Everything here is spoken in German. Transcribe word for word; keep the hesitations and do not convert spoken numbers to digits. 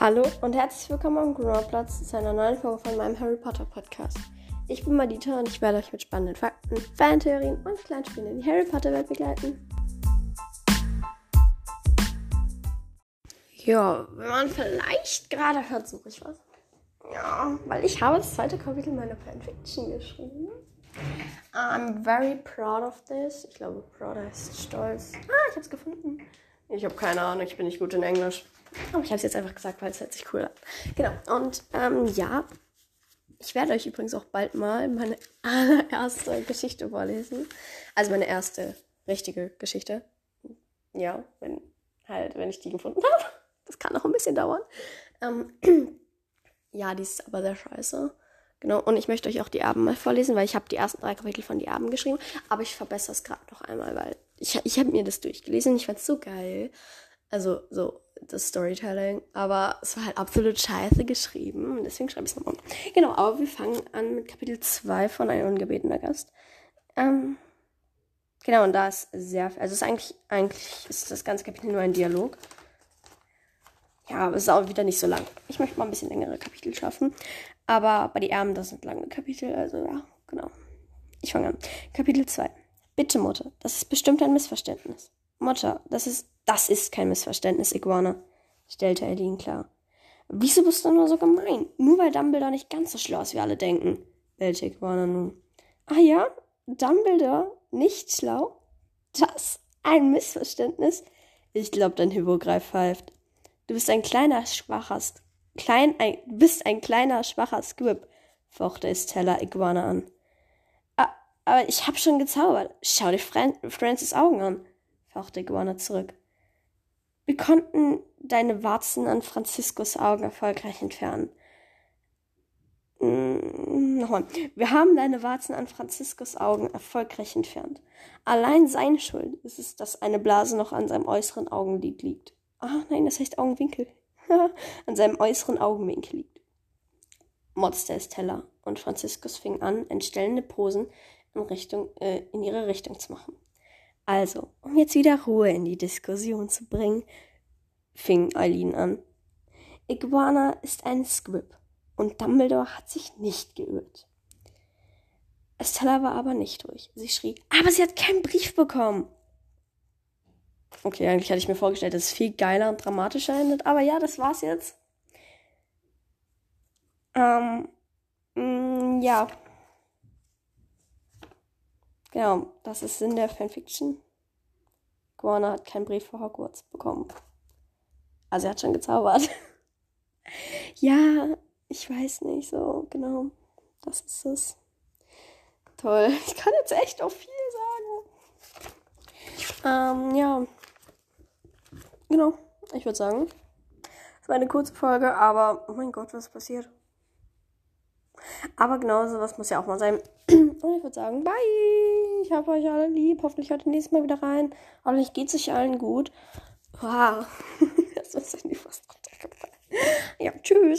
Hallo und herzlich willkommen am Grünplatz zu einer neuen Folge von meinem Harry Potter Podcast. Ich bin Madita und ich werde euch mit spannenden Fakten, Fantheorien und kleinen Spielen in die Harry Potter Welt begleiten. Ja, wenn man vielleicht gerade hört, suche ich was. Ja, weil ich habe das zweite Kapitel meiner Fanfiction geschrieben. I'm very proud of this. Ich glaube, proud heißt stolz. Ah, ich habe es gefunden. Ich habe keine Ahnung, ich bin nicht gut in Englisch. Aber ich habe es jetzt einfach gesagt, weil es hört sich cool an. Genau, und ähm, ja, ich werde euch übrigens auch bald mal meine allererste Geschichte vorlesen. Also meine erste richtige Geschichte. Ja, wenn halt, wenn ich die gefunden habe. Das kann noch ein bisschen dauern. Ähm, ja, die ist aber sehr scheiße. Genau, und ich möchte euch auch die Erben mal vorlesen, weil ich habe die ersten drei Kapitel von die Erben geschrieben. Aber ich verbessere es gerade noch einmal, weil ich, ich habe mir das durchgelesen und ich fand es so geil. Also so das Storytelling, aber es war halt absolut scheiße geschrieben und deswegen schreibe ich es nochmal. Genau, aber wir fangen an mit Kapitel zwei von Ein ungebetener Gast. Ähm, genau, und da ist sehr, also es ist eigentlich, eigentlich ist das ganze Kapitel nur ein Dialog. Ja, aber es ist auch wieder nicht so lang. Ich möchte mal ein bisschen längere Kapitel schaffen, aber bei die Erben, das sind lange Kapitel, also ja, genau. Ich fange an. Kapitel zwei. Bitte, Mutter, das ist bestimmt ein Missverständnis. Mutter, das ist Das ist kein Missverständnis, Iguana, stellte Eileen klar. Wieso bist du nur so gemein? Nur weil Dumbledore nicht ganz so schlau ist, wie alle denken, bellte Iguana nun. Ah ja? Dumbledore nicht schlau? Das? Ein Missverständnis? Ich glaub, dein Hippogreif pfeift. Du bist ein kleiner, schwacher, klein, ein, bist ein kleiner, schwacher Squib, fauchte Estella Iguana an. Ah, aber ich hab schon gezaubert. Schau dir Fran- Francis Augen an, fauchte Iguana zurück. Wir konnten deine Warzen an Franziskus Augen erfolgreich entfernen. Hm, nochmal. Wir haben deine Warzen an Franziskus Augen erfolgreich entfernt. Allein seine Schuld ist es, dass eine Blase noch an seinem äußeren Augenlid liegt. Ah, nein, das heißt Augenwinkel. An seinem äußeren Augenwinkel liegt. Motzte Estella und Franziskus fing an, entstellende Posen in, Richtung, äh, in ihre Richtung zu machen. Also, um jetzt wieder Ruhe in die Diskussion zu bringen, fing Eileen an. Iguana ist ein Squib und Dumbledore hat sich nicht geirrt. Estella war aber nicht ruhig. Sie schrie, aber sie hat keinen Brief bekommen. Okay, eigentlich hatte ich mir vorgestellt, dass es viel geiler und dramatischer endet, aber ja, das war's jetzt. Ähm, mh, ja. Genau, das ist Sinn der Fanfiction. Iguana hat keinen Brief für Hogwarts bekommen. Also er hat schon gezaubert. Ja, ich weiß nicht so genau. Das ist es. Toll. Ich kann jetzt echt auch viel sagen. Ähm, ja. Genau, ich würde sagen, es war eine kurze Folge, aber oh mein Gott, was ist passiert? Aber genau sowas muss ja auch mal sein. Und ich würde sagen, bye. Ich habe euch alle lieb. Hoffentlich hört ihr nächstes Mal wieder rein. Hoffentlich geht es euch allen gut. Wow. Das ist irgendwie fast runtergefallen. Ja, tschüss.